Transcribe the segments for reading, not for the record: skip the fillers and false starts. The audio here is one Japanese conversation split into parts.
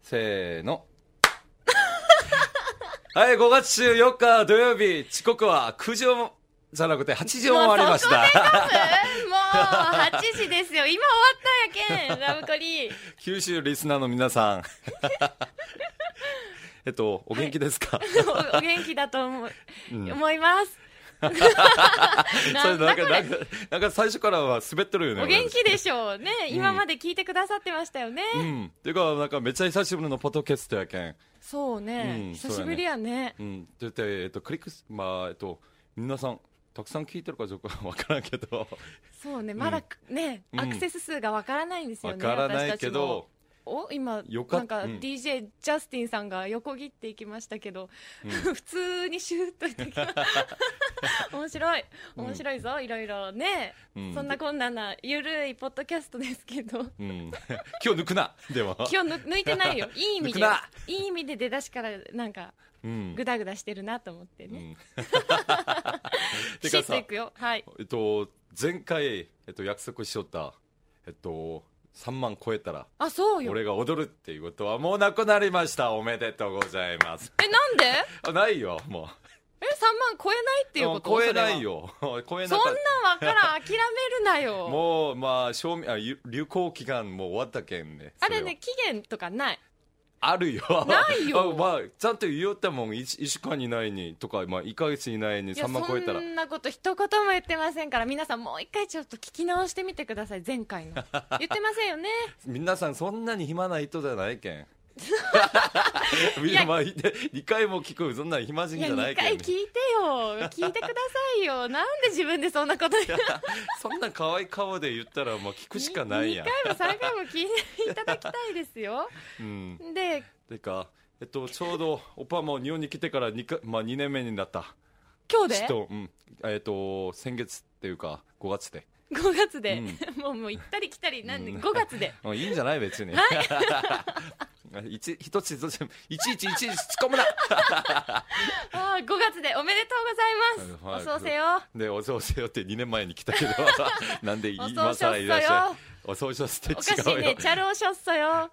せーのはい、5月14日土曜日、時刻は9時をじゃなくて8時を回りました。 もう8時ですよ。今終わったやけん、ラブコリー。 九州リスナーの皆さんお元気ですか？ お元気だと思います。 それなんか最初からは滑ってるよね。 お元気でしょうね。今まで聞いてくださってましたよね。 ていうかなんかめっちゃ久しぶりのポッドキャストやけん。 そうね、久しぶりやね。 でクリックス皆さんたくさん聞いてるかどうかわからんけど。 そうね、まだね、アクセス数がわからないんですよね。 わからないけど。 今なんか DJ ジャスティンさんが横切っていきましたけど、普通にシューッといってきま面白いぞ、いろいろね、そんなこんなゆるいポッドキャストですけど、 今日抜くな。でも今日抜いてないよ。いい意味で出だしからなんかグダグダしてるなと思ってね。ピシッといくよ。はい。 前回約束しとった3万超えたらそうよ、 俺が踊るっていうことはもうなくなりました。おめでとうございます。 なんで？ ないよ、もう。 3万超えないっていうこと？ 超えないよ。超えなかった。 そんなんわからん。諦めるなよ。 もう流行期間もう終わったけんね。 あれね、期限とかない？ あるよ。 ないよ。 ちゃんと言ったもん。1週間以内にとか、1ヶ月以内に3万超えたら。 そんなこと一言も言ってませんから、皆さんもう一回ちょっと聞き直してみてください。前回の言ってませんよね。 皆さんそんなに暇な人じゃないけん。2回も聞く、そんな暇人じゃないけん、ね。 2回聞いてよ。聞いてくださいよ。なんで自分でそんなこと言うそんな可愛い顔で言ったらもう聞くしかないやん。2 回も3回も聞いていただきたいですよ。 でか、ちょうどオパも日本に来てから2年目になった。 今日で先月っていうか5月で。 5月で、もう行ったり来たりなんで、5月でいいんじゃない別に。一ついちいち突っ込むな。 5月でおめでとうございます。おそうせよ。 でおそうせよって2年前に来たけどなんで今更いらっしゃい。おそうしょすって違うよ。 おかしいね、チャルオショッソよ。 はい。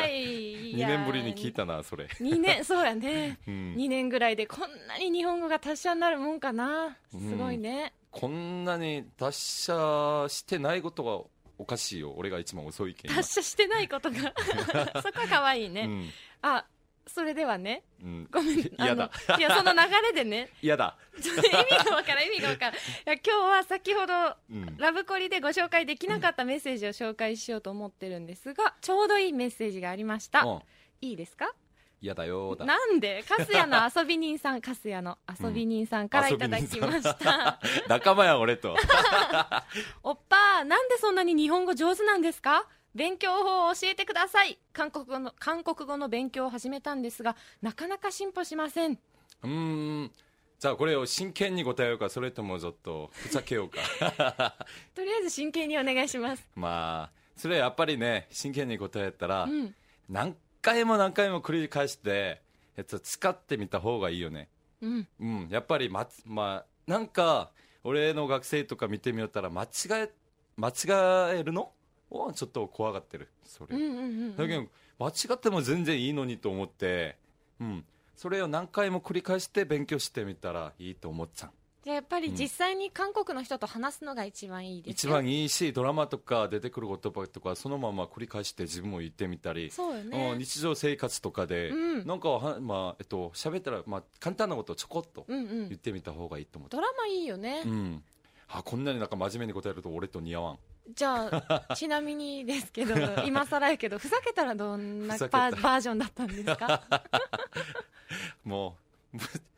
2 年ぶりに聞いたな、それ。 そうやね。2年ぐらいでこんなに日本語が達者になるもんかな。すごいね。 こんなに達者してないことがおかしいよ。俺が一番遅いけん。 達者してないことがそこは可愛いね。それではね、ごめん、 嫌だ。 いや、その流れでね、 嫌だ。 意味がわからん。いや、今日は先ほど、ラブコリでご紹介できなかったメッセージを紹介しようと思ってるんですが、ちょうどいいメッセージがありました。いいですか？ 嫌だよだ。 なんで？カスヤの遊び人さんからいただきました。 仲間や俺と。 おっぱ、なんでそんなに日本語上手なんですか？勉強法を教えてください。韓国語の勉強を始めたんですが、なかなか進歩しません。 じゃあこれを真剣に答えようか、それともちょっとふざけようか。 とりあえず真剣にお願いします。 それやっぱりね、真剣に答えたら、何回も繰り返して使ってみた方がいいよね。やっぱりなんか俺の学生とか見てみよったら間違えるのちょっと怖がってる。それだけど間違っても全然いいのにと思って、それを何回も繰り返して勉強してみたらいいと思っちゃう。 じゃあやっぱり実際に韓国の人と話すのが一番いいですよ。 一番いいし、ドラマとか出てくる言葉とかそのまま繰り返して自分も言ってみたり、 そうよね、 日常生活とかで、なんか喋ったら、簡単なことをちょこっと言ってみた方がいいと思って。 ドラマいいよね。 こんなになんか真面目に答えると俺と似合わん。 じゃあちなみにですけど今更やけど、ふざけたらどんなバージョンだったんですか？ もう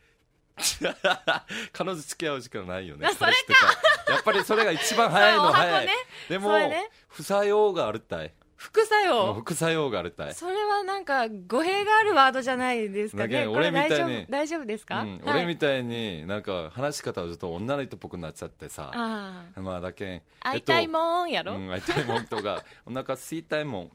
彼女付き合う時間ないよね。 それかやっぱりそれが一番早いの早い。でも副作用があるたい。 副作用があるたい。 それはなんか語弊があるワードじゃないですかね。これ大丈夫ですか？ 俺みたいになんか話し方はちょっと女の人っぽくなっちゃってさ、だけん会いたいもんやろ、 会いたいもんとかお腹吸いたいもん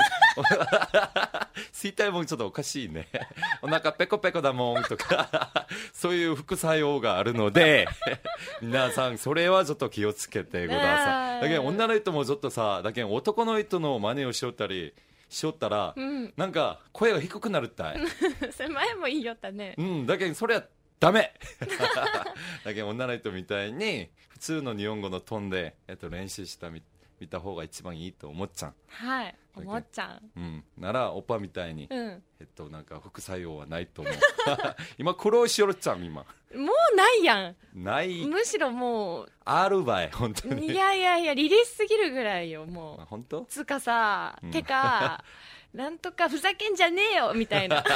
吸いたいもんちょっとおかしいね。お腹ペコペコだもんとかそういう副作用があるので皆さんそれはちょっと気をつけてください。だけど女の人もちょっとさ、だけど男の人の真似をしよったりしよったら、 うん、 なんか声が低くなるったいそれ前も言いよったね。 だけどそれはダメだけど女の人みたいに普通の日本語のトーンで、練習した見た方が一番いいと思っちゃう。 はい思っちゃう、ならオパみたいに、なんか副作用はないと思う今苦労しよるっちゃん今。 もうないやん。 ない。 むしろもうあるばい本当に。 いやいやいやリリースすぎるぐらいよもう。 本当？ つかさ、てかなんとかふざけんじゃねえよみたいな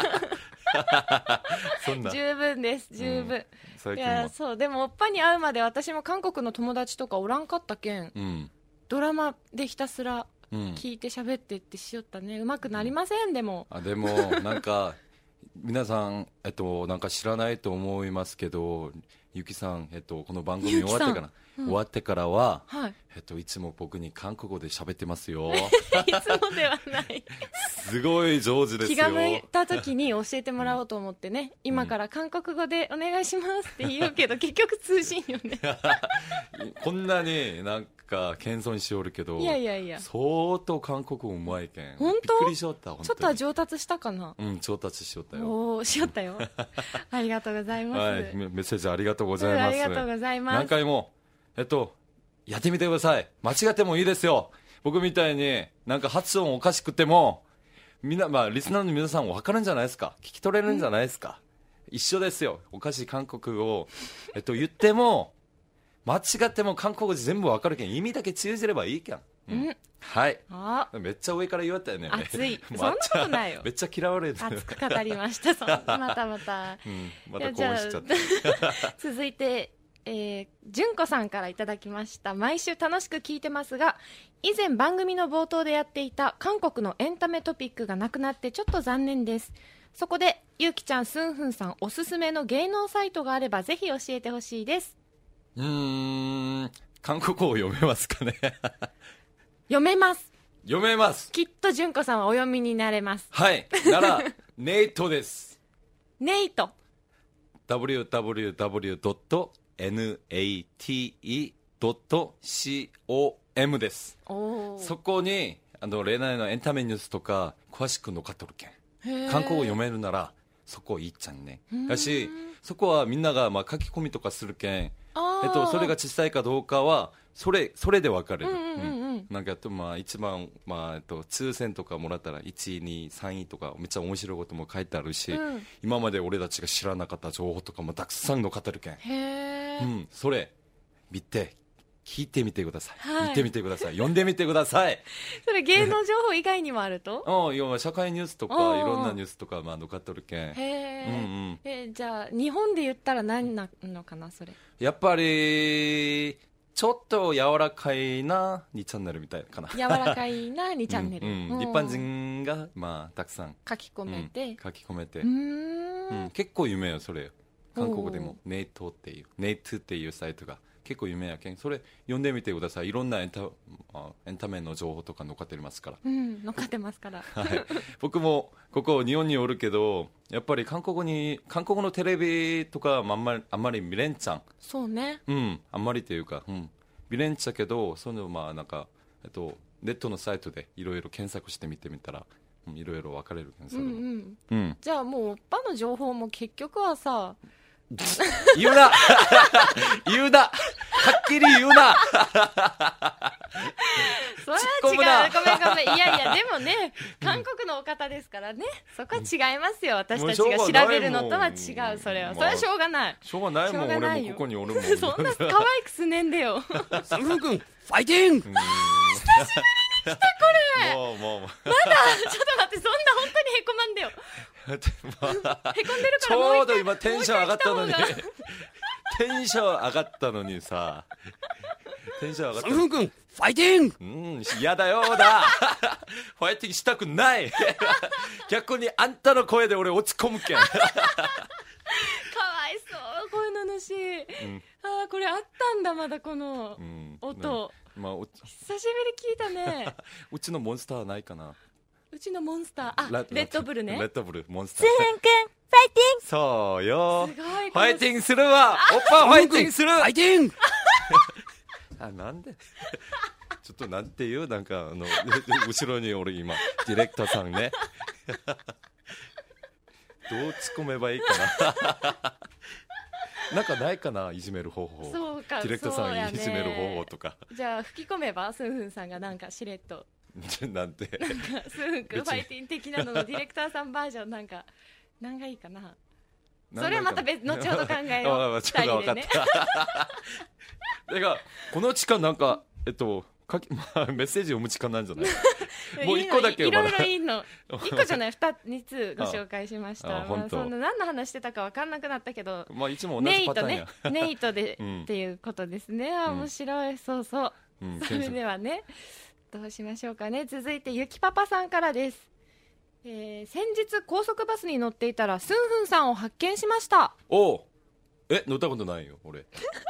そんな十分です十分、いやそうでもおっぱに会うまで私も韓国の友達とかおらんかったけん、ドラマでひたすら聞いて喋ってってしよったね。うまくなりません、でもでもなんか皆さん、なんか知らないと思いますけど、ゆきさん、この番組終わってからは、はい、いつも僕に韓国語で喋ってますよいつもではないすごい上手ですよ。 気が向いた時に教えてもらおうと思ってね、今から韓国語でお願いしますって言うけど、結局通信よねこんなになんか謙遜しおるけど、 いやいやいや相当韓国語うまいけん。 本当？ びっくりしよった。 ちょっとは上達したかな。 上達しよったよ。 おーしよったよありがとうございます、 はい、メッセージありがとうございます。 ありがとうございます。 何回もやってみてください。間違ってもいいですよ。僕みたいになんか発音おかしくてもリスナーの皆さん分かるんじゃないですか。聞き取れるんじゃないですか。一緒ですよ。おかしい韓国語を、言っても間違っても韓国語全部分かるけん、意味だけ通じればいいけん、はい。めっちゃ上から言われたよね。 熱いそんなことないよめっちゃ嫌われる。 熱く語りましたまたまた、 またこうしちゃった続いて純子さんからいただきました。毎週楽しく聞いてますが、以前番組の冒頭でやっていた韓国のエンタメトピックがなくなってちょっと残念です。そこでゆうきちゃん、スンフンさんおすすめの芸能サイトがあればぜひ教えてほしいです。 韓国語を読めますかね読めます。 読めます。 きっと純子さんはお読みになれます。 はい。ならネイトですネイト www.nate.com です。そこに例内のエンタメニュースとか詳しく載っかっとるけん、韓国語読めるならそこいいっちゃんね。だしそこはみんなが書き込みとかするけん、それが小さいかどうかはそれで分かれる。なんか一番、通線とかもらったら1位、2位、3位とかめっちゃ面白いことも書いてあるし、今まで俺たちが知らなかった情報とかもたくさん載っかってるけん、それ見て聞いてみてください、見てみてください、読んでみてくださいそれ芸能情報以外にもあると社会ニュースとかいろんなニュースとか載っかっとるけん。 じゃあ日本で言ったら何なのかな。それやっぱりちょっと柔らかいな2チャンネルみたいかな。 柔らかいな2チャンネル、 一般人がたくさん書き込めて、 結構有名よそれ。韓国でもネイトっていうサイトが結構有名やけん、それ読んでみてください。いろんなエンタメの情報とか載っかってますから。 載っかってますから、 僕もここ日本におるけど、やっぱり韓国のテレビとかあんまり見れんちゃん。 そうね。 あんまりというか、見れんちゃけど、そのなんかネットのサイトでいろいろ検索してみてみたらいろいろ分かれるけん。 じゃあもうおっぱの情報も結局はさ言うな言うな、はっきり言うなそれは違う。ごめんいやいやでもね、韓国のお方ですからね、そこは違いますよ。私たちが調べるのとは違う。それはしょうがない。 しょうがないもん。俺もここにおるもんそんな可愛くすねんでよサルフン君ファイティング久しぶりに来たこれ。まだちょっと待って、そんな本当にへこまんでよへこんでるからちょうど今テンション上がったのにテンション上がったのにさ、テンション上がった。サルフン君ファイティング嫌だよファイティングしたくない逆にあんたの声で俺落ち込むけんかわいそう声の主、これあったんだ。まだこの音、久しぶり聞いたねうちのモンスターはないかな。 うちのモンスター、レッドブルね。 レッドブルモンスター。 スン君ファイティング。 そうよ。 すごい。 ファイティングするわ。おっぱファイティングする。ファイティングなんでちょっっとなんていうなんか後ろに俺今ディレクターさんねどう突っ込めばいいかななんかないかないじめる方法。 そうか、 ディレクターさんいじめる方法とか。 じゃあ吹き込めばスンフンさんがなんかしれっとなんてスンフン君ファイティン的なののディレクターさんバージョンなんか何がいいかな。それはまた別後ほど考えよう。2人でね。だからこの時間なんかメッセージ読む時間なんじゃないもう1個だけいろいろいいの1個じゃない 2つご紹介しました。そんな何の話してたか分かんなくなったけど、 いつも同じパターンやネイトでっていうことですね。面白い。そうそう、それではねどうしましょうかね。続いてゆきパパさんからです。先日高速バスに乗っていたらスンフンさんを発見しました。 おう乗ったことないよ俺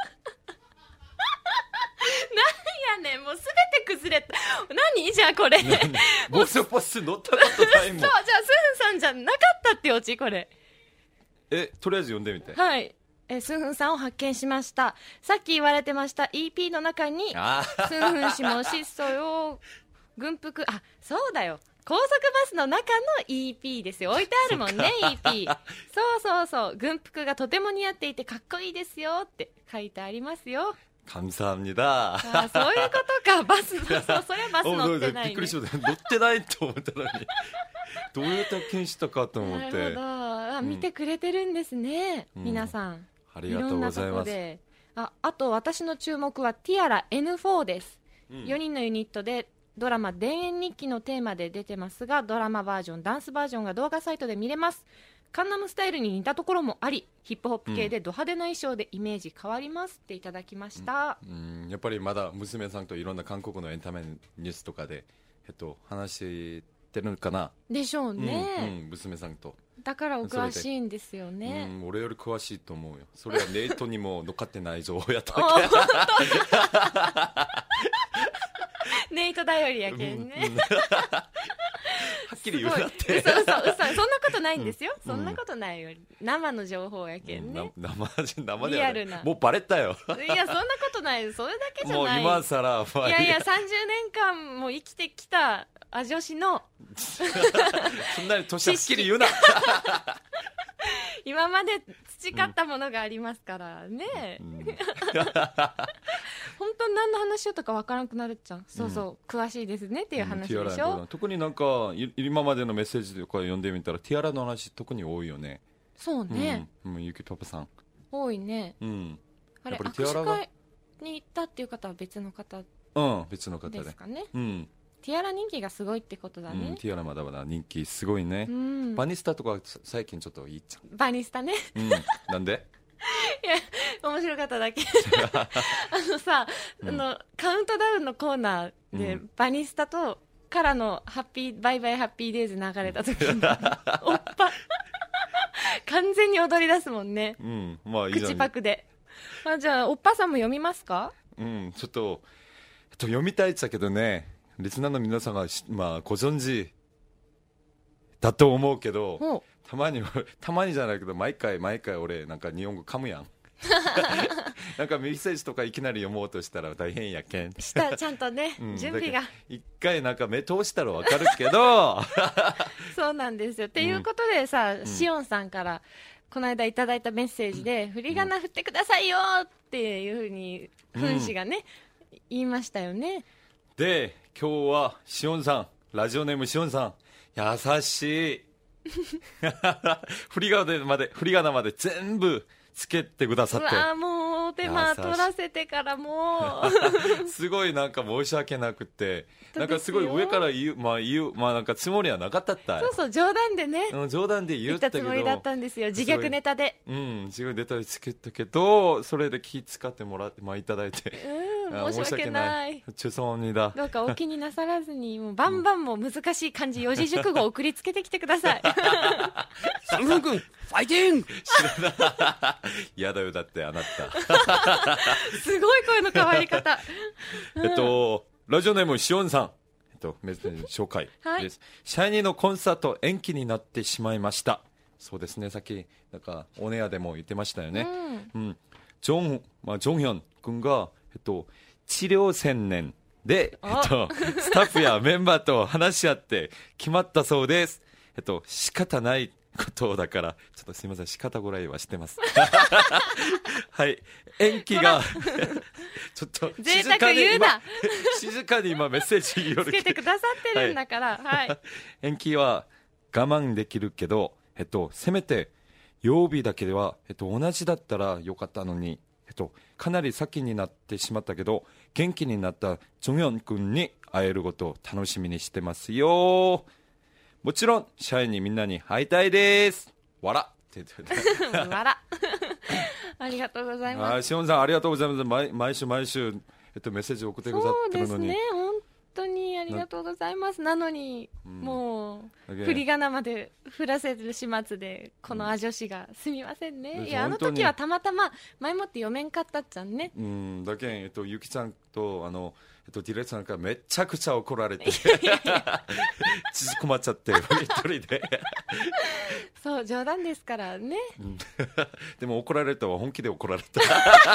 なんやねん、もうすべて崩れた。何じゃあこれ高速バス乗ったことないもんそう、じゃあスンフンさんじゃなかったってオチこれ。 とりあえず読んでみて。 はい、スンフンさんを発見しました。さっき言われてました EP の中にスンフン氏も質素よ軍服、あ、そうだよ、高速バスの中の EP ですよ。置いてあるもんねEP そう軍服がとても似合っていてかっこいいですよって書いてありますよ。 감사합니다。 そういうことか。バスそれはバス乗ってないね。 びっくりした。乗ってないと思ったのにどうやって発見したかと思って。 なるほど、見てくれてるんですね、皆さん。 ありがとうございます。 あと私の注目はティアラ N4 です、4人のユニットでドラマ田園日記のテーマで出てますが、ドラマバージョン、ダンスバージョンが動画サイトで見れます。カンナムスタイルに似たところもあり、ヒップホップ系でド派手な衣装でイメージ変わりますっていただきました。 やっぱりまだ娘さんといろんな韓国のエンタメニュースとかで、話してるのかなでしょうね、 娘さんと。 だからお詳しいんですよね。 俺より詳しいと思うよ。それはネイトにも乗っかってない情報やったっけネイト頼りやけんねはっきり言うなって。 そんなことないんですよ、そんなことないよ。生の情報やけんね、 生でリアルな。 もうバレたよいやそんなことない、それだけじゃない。 もう今更いや30年間も生きてきたアジョシのそんなに年はっきり言うな今まで培ったものがありますからね、本当に何の話しようとか分からなくなるっちゃう。詳しいですねっていう話でしょ。 特になんか今までのメッセージとか読んでみたらティアラの話特に多いよね。 そうね、 ゆきパパさん多いね。あれ、握手会に行ったっていう方は別の方別の方ですかね。ティアラ人気がすごいってことだね。 ティアラまだまだ人気すごいね。バニスタとか最近ちょっといいじゃん。 バニスタねなんでいや面白かっただけさ、カウントダウンのコーナーで、バニスタとからのバイバイハッピーデイズ流れた時におっぱ完全に踊り出すもんね、口パクで。じゃあおっぱさんも読みますか。 ちょっと読みたいっちゃけどね、リスナーの皆さんが、ご存知だと思うけど、たまにじゃないけど毎回俺なんか日本語噛むやんなんかメッセージとかいきなり読もうとしたら大変やけんちゃんとね、準備が一回なんか目通したらわかるけどそうなんですよ。っていうことでさ、しおんさんからこの間いただいたメッセージで、振り仮名振ってくださいよっていうふうに君子がね、言いましたよね。 で今日はしおんさん、ラジオネームしおんさん、優しい振り仮名まで全部つけてくださって、 もう手間取らせてからもうすごいなんか申し訳なくて、なんかすごい上から言うなんかつもりはなかったった。 そう冗談でね、 冗談で言ったけど、 言ったつもりだったんですよ、自虐ネタで。 自虐ネタでつけたけど、それで気使ってもらって、いただいて申し訳ない。 죄송합니다。 どうかお気になさらずに、もうバンバンも難しい漢字四字熟語を送りつけてきてください。 サンフン君ファイティング嫌だよ、だってあなたすごい声の変わり方ラジオネームしおんさん、メッセージ紹介です、シャイニーのコンサート延期になってしまいました。そうですね、さっきなんかオンエアでも言ってましたよね。ジョンヒョン君が治療専念で、スタッフやメンバーと話し合って決まったそうです。仕方ないことだから、ちょっとすいません、仕方ぐらいはしてます。はい、延期が、ちょっと贅沢言うな。 静かに今メッセージつけてくださってるんだから、はい。 延期は我慢できるけど、せめて曜日だけでは、同じだったらよかったのに、かなり先になってしまったけど、元気になったジョンヨン君に会えることを楽しみにしてますよ。もちろん社員にみんなに会いたいです。わらって言ってわらありがとうございます。 しおんさんありがとうございます。毎週メッセージ送ってくださってるのに。 そうですね、本当にありがとうございます。なのに、もう振り仮名まで振らせる始末でこのアジョシがすみませんね。いや、あの時はたまたま前もって読めんかったっちゃんね。 だけん、ゆきちゃんとディレクターさんからめちゃくちゃ怒られて縮こまっちゃって一人でそう、冗談ですからね。 でも怒られたは本気で怒られた。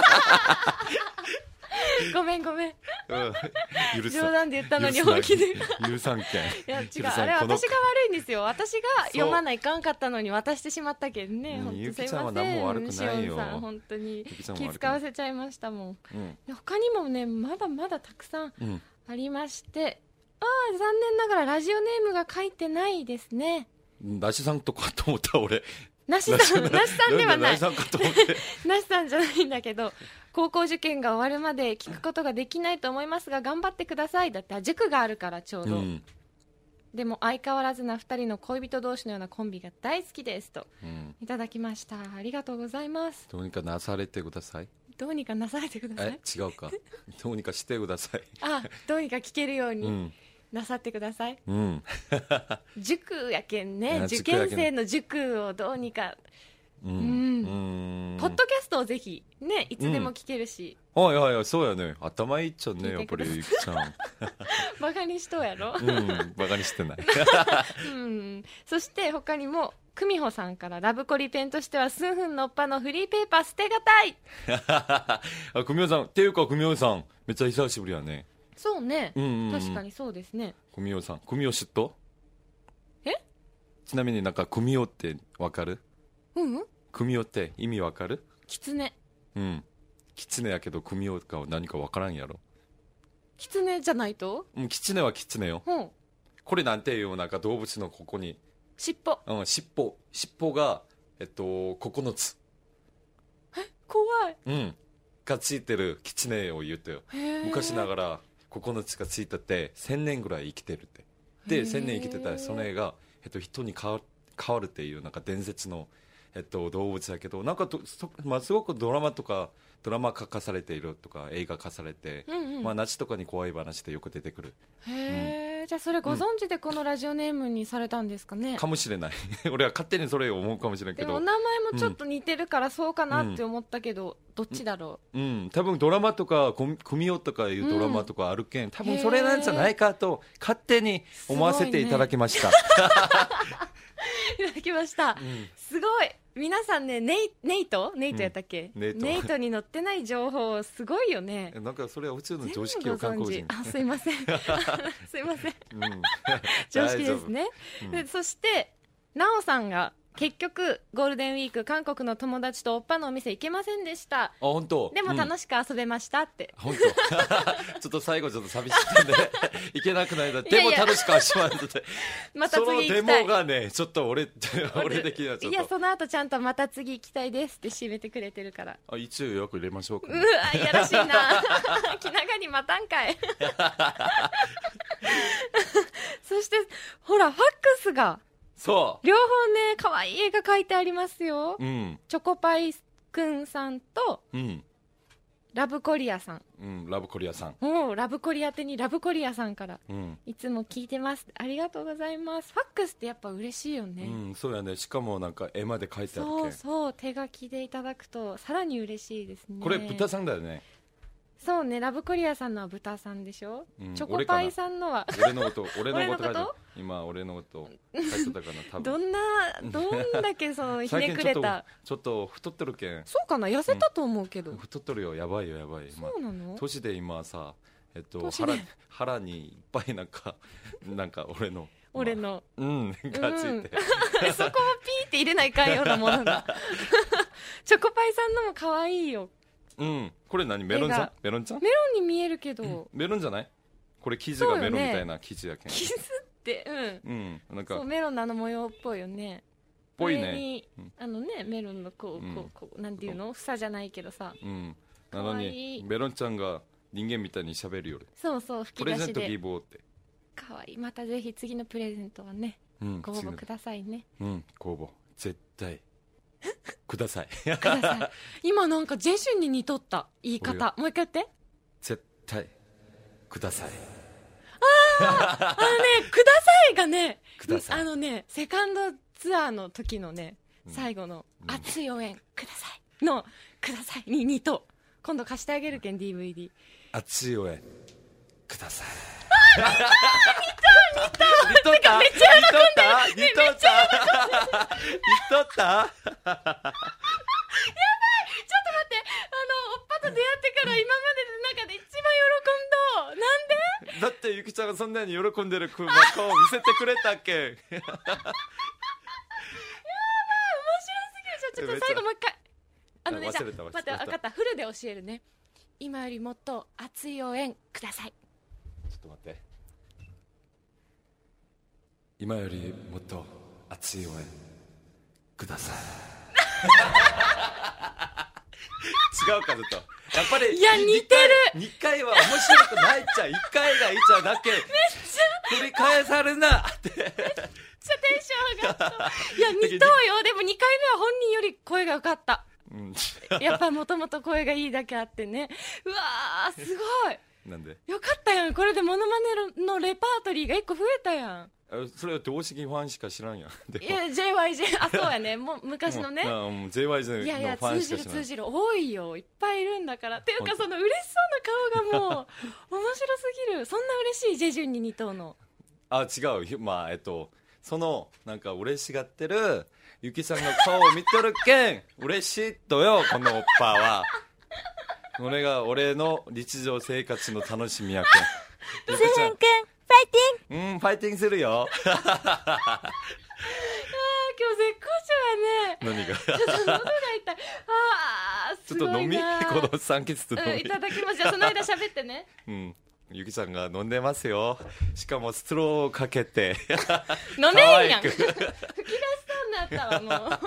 ごめん、 許冗談で言ったのに本気で許さんけん。 いや違う、あれ私が悪いんですよ。私が読まないかんかったのに渡してしまったけんね。 ゆきちゃんは何も悪くないよ。 しおんさん本当に気使わせちゃいましたもん。他にもね、まだまだたくさんありまして、残念ながらラジオネームが書いてないですね。 なしさんとかと思った俺。 なしさんではない。 なしさんかと思って。 なしさんじゃないんだけど、高校受験が終わるまで聞くことができないと思いますが頑張ってください。だって塾があるからちょうど、でも相変わらずな2人の恋人同士のようなコンビが大好きですと、いただきました。ありがとうございます。 どうにかなされてください。 どうにかなされてください。 違うか。どうにかしてください。 どうにか聞けるように、なさってください。塾やけんね。受験生の塾をどうにか。ポッドキャストをぜひね、いつでも聞けるし。 はいそうやね。頭いいっちゃね、やっぱりゆきちゃん。 バカにしとうやろ。 バカにしてない。 そして他にも久美穂さんからラブコリペンとしては数分のっぱのフリーペーパー捨てがたい。 久美穂さんっていうか、久美穂さんめっちゃ久しぶりやね。 そうね、確かにそうですね。 久美穂さん、久美穂知っと？ちなみになんか久美穂ってわかる？久美穂って意味わかる？ キツネ。 キツネやけど久美穂か何かわからんやろ。 キツネじゃないと？ キツネはキツネよ。これなんていうなんか動物のここに尻尾。 尻尾が9つ。 怖い。 がついてるキツネを言うとよ。昔ながら9つがついてて1000年ぐらい生きてるって。で1000年生きてたらそれが人に変わるっていうなんか伝説の動物だけど、なんかすごくドラマ化されているとか映画化されて、夏とかに怖い話でよく出てくる。 じゃあそれご存知でこのラジオネームにされたんですかね？ かもしれない。俺は勝手にそれを思うかもしれないけど、 でもお名前もちょっと似てるからそうかなって思ったけど、どっちだろう。 多分ドラマとか久美穂とかいうドラマとかあるけん、多分それなんじゃないかと勝手に思わせていただきました。いただきました。すごい。皆さんね、ネイトやったっけ？ネイトに載ってない情報すごいよね。 なんかそれは普通の常識を韓国人。 すいません。すいません。常識ですね。そしてナオさんが結局ゴールデンウィーク韓国の友達とおっぱのお店行けませんでした。 本当？ でも楽しく遊べましたって。 本当？ちょっと最後ちょっと寂しくてね行けなくないだ。でも楽しく遊べました。 また次行きたい。 そのデモがねちょっと俺的にはちょっと。 いや、その後ちゃんとまた次行きたいですって締めてくれてるから。 一応予約入れましょうか。 いやらしいな。気長に待たんかい。そしてほらファックスが。そう両方ね可愛い絵が描いてありますよ。チョコパイくんさんと、ラブコリアさん。 ラブコリアさん。 ラブコリア宛てにラブコリアさんから、いつも聞いてます。ありがとうございます。ファックスってやっぱ嬉しいよね。 そうやね。しかもなんか絵まで描いてあるけん。 そう手書きでいただくとさらに嬉しいですね。 これ豚さんだよね。 そうね、ラブコリアさんのは豚さんでしょ、チョコパイさんのは俺のこと今俺のこと書いてたかな多分。 どんだけそのひねくれたちょっと太ってるけん。 そうかな、痩せたと思うけど、 太ってるよ。やばいよ。 そうなの？ 年で今さ腹にいっぱいなんか俺のがついて、 そこはピーって入れないかんようなものだチョコパイさんのも可愛いよ。 これ何、メロンちゃん？メロンに見えるけど、 メロンじゃない？これ生地がメロンみたいな生地だけん。 傷ってなんかそうメロンの模様っぽいよね。 ぽいね。 上にメロンのこうなんていうの、房じゃないけどさ。 なのにメロンちゃんが人間みたいに喋るよ。 そうそう、吹き出しで。 プレゼント希望って。 可愛い。またぜひ次のプレゼントはね、ご応募くださいね。 ご応募絶対ください。 今なんかジェジュンに似とった言い方、もう一回言って。 絶対ください。 くださいがね、セカンドツアーの時のね、最後の熱い応援くださいのくださいに似と。今度貸してあげるけん DVD。 熱い応援ください。 似とった。めっちゃ喜んでる。めっちゃ喜んでる。 似とった。やばい、ちょっと待って、 おっぱと出会ってから今までの中で一番喜んだ。なんで？ だってゆきちゃんがそんなに喜んでる顔見せてくれたっけ。やばい、面白すぎる。ちょっと最後もう一回。じゃあ待って、分かった。フルで教えるね。今よりもっと熱い応援ください。 ちょっと待って。今よりもっと熱い応援ください。違うかずっと。やっぱりいや似てる。 2回は面白くないっちゃ、1回がいいっちゃだけ。めっちゃ繰り返されなって。めっちゃテンション上がった。いや似とうよ。でも2回目は本人より声が良かった。やっぱもともと声がいいだけあってね。うわー、すごい。 なんでよかったやん。これでモノマネのレパートリーが1個増えたやん。 それは常識ファンしか知らんやん。 いや JYJ そうやね、もう昔のね。 JYJ のファンしか知らん。いやいや、 通じる多いよ、いっぱいいるんだから。っていうか、その嬉しそうな顔がもう面白すぎる。そんな嬉しいジェジュンに似とうの。 違う。そのなんか嬉しがってるゆきさんの顔を見てるけん嬉しいとよ、このおっぱは。これが俺の日常生活の楽しみやけん。 ジェジュンくんファイティング。 ファイティングするよ。 今日絶好調やね。 何が？ ちょっと喉が痛い。 ちょっと飲み、この酸欠と飲み。 いただきます。じゃあその間喋ってね。 ゆきさんが飲んでますよ。しかもストローをかけて。 飲めんやん。吹き出しそうになったわもう。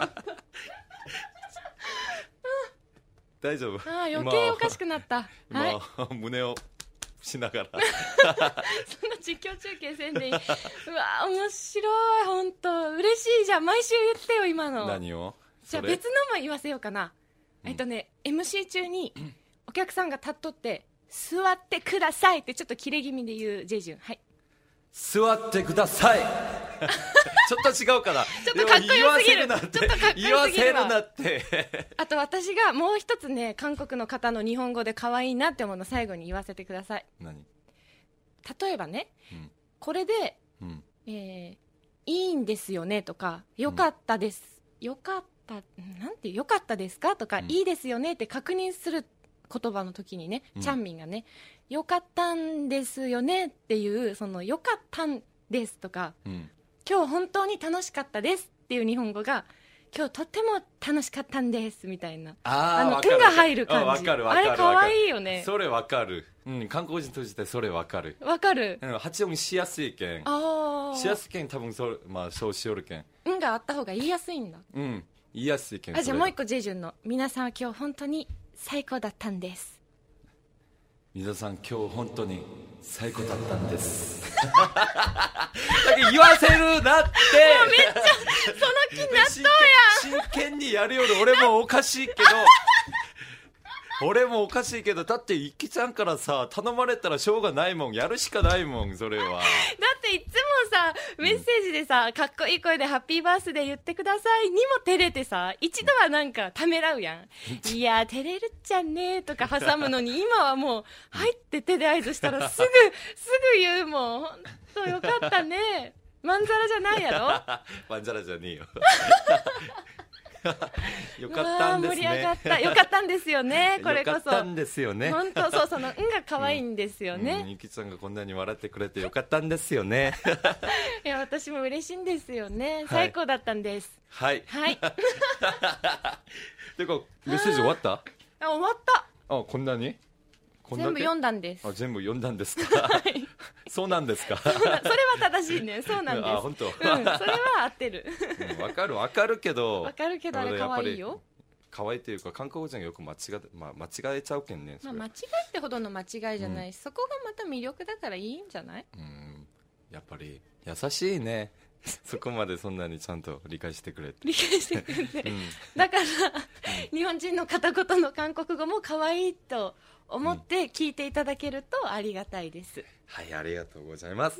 大丈夫。 余計おかしくなった。 今、胸をしながら。 そんな実況中継せんでいい。うわ面白い、本当嬉しい。じゃあ毎週言ってよ今の。 何を？ じゃあ別のも言わせようかな。MC 中にお客さんが立っとって座ってくださいってちょっと切れ気味で言うジェジュン。はい。 座ってください。ちょっと違うかな。 ちょっとかっこよすぎる。 言わせるなって。 あと私がもう一つね、韓国の方の日本語で可愛いなって思うの最後に言わせてください。 何？ 例えばね、これで、いいんですよねとか、よかったです、よかったなんてよかったですかとか、いいですよねって確認する言葉の時にね、チャンミンがね、よかったんですよねっていう、そのよかったんですとか、今日本当に楽しかったですっていう日本語が、今日とっても楽しかったんですみたいな、「ん」が入る感じ。あれ可愛いよね。 それわかる。韓国人としてそれわかる。 わかる。 発音しやすいけん。しやすいけん、多分そうしよるけん。 「ん」があった方が言いやすいんだ。 言いやすいけん。 じゃあもう一個ジェジュンの、皆さんは今日本当に最高だったんです。 皆さん今日本当に最高だったんです。だけど言わせるなって。もうめっちゃその気になっとうやん。真剣にやるより俺もおかしいけどだっていきちゃんからさ頼まれたらしょうがないもん、やるしかないもん、それは。だっていつもさメッセージでさ、かっこいい声でハッピーバースデー言ってくださいにも照れてさ、一度はなんかためらうやん。いや照れるっちゃねとか挟むのに、今はもう入って手で合図したらすぐ言うもん。ほんとよかったね。まんざらじゃないやろ。 まんざらじゃねえよ。 よかったんですね。 盛り上がった。よかったんですよね。これこそ。 よかったんですよね。 本当そう、その「ん」が可愛いんですよね。 ゆきちゃんがこんなに笑ってくれてよかったんですよね。 いや、私も嬉しいんですよね。最高だったんです。 はい。 はい。 てかメッセージ終わった？ 終わった。 あ、こんなに？ 全部読んだんです。 あ、全部読んだんですか？はい、そうなんですか？ それは正しいね。そうなんです。 あ、本当。 それは合ってる。 わかるけど。 あれ可愛いよ。 可愛いというか韓国人がよく間違えちゃうけんね。 間違いってほどの間違いじゃないし、そこがまた魅力だからいいんじゃない？ やっぱり優しいね。そこまでそんなにちゃんと理解してくれて。 理解してくれて。だから日本人の片言の韓国語も可愛いと思って聞いていただけるとありがたいです。 はい、ありがとうございます。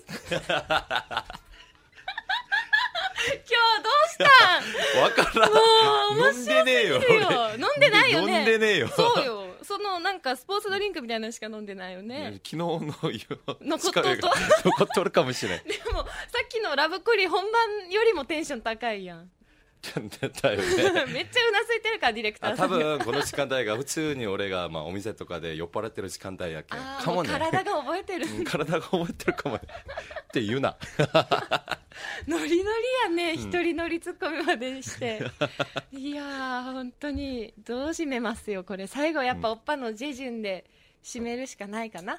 今日どうしたん？ わからん。 もう飲んでねえよ。飲んでないよね。 飲んでねえよ。 そうよ。そのなんかスポーツドリンクみたいなのしか飲んでないよね。 昨日の残っとるかもしれない。 でもさっきのラブコリ本番よりもテンション高いやん。 だよね。 めっちゃうなずいてるからディレクターさん。 多分この時間帯が普通に俺がお店とかで酔っ払ってる時間帯やけんかもね。 体が覚えてる。 体が覚えてるかもね。って言うな。 ノリノリやね。一人乗りツッコミまでして。いやー本当にどう締めますよこれ。最後やっぱおっぱのジェジュンで締めるしかないかな。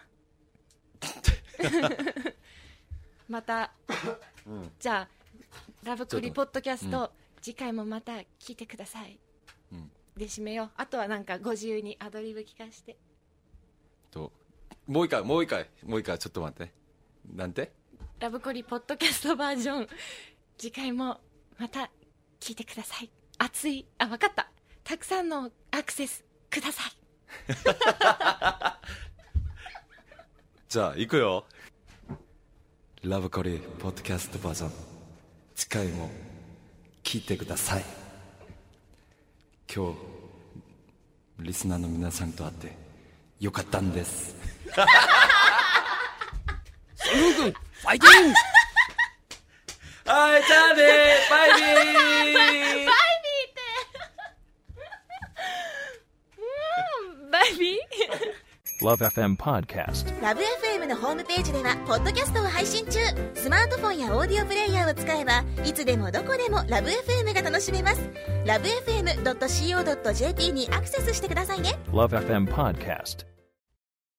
また、じゃあラブコリポッドキャスト、次回もまた聞いてください、で締めよう。あとはなんかご自由にアドリブ聞かして。 もう一回ちょっと待って。なんて？ ラブコリポッドキャストバージョン、次回もまた聞いてください。熱い、分かった。たくさんのアクセスください。 じゃあ行くよ。ラブコリポッドキャストバージョン、次回も聞いてください。今日リスナーの皆さんと会ってよかったんです。 ソング君ファイティング。 はい、じゃあね、バイビー。 バイビーってバイビー。 Love FM Podcast。 ラブ FM のホームページではポッドキャストを配信中。スマートフォンやオーディオプレイヤーを使えばいつでもどこでもラブ FM が楽しめます。ラブ FM.co.jp にアクセスしてくださいね。 Love FM Podcast。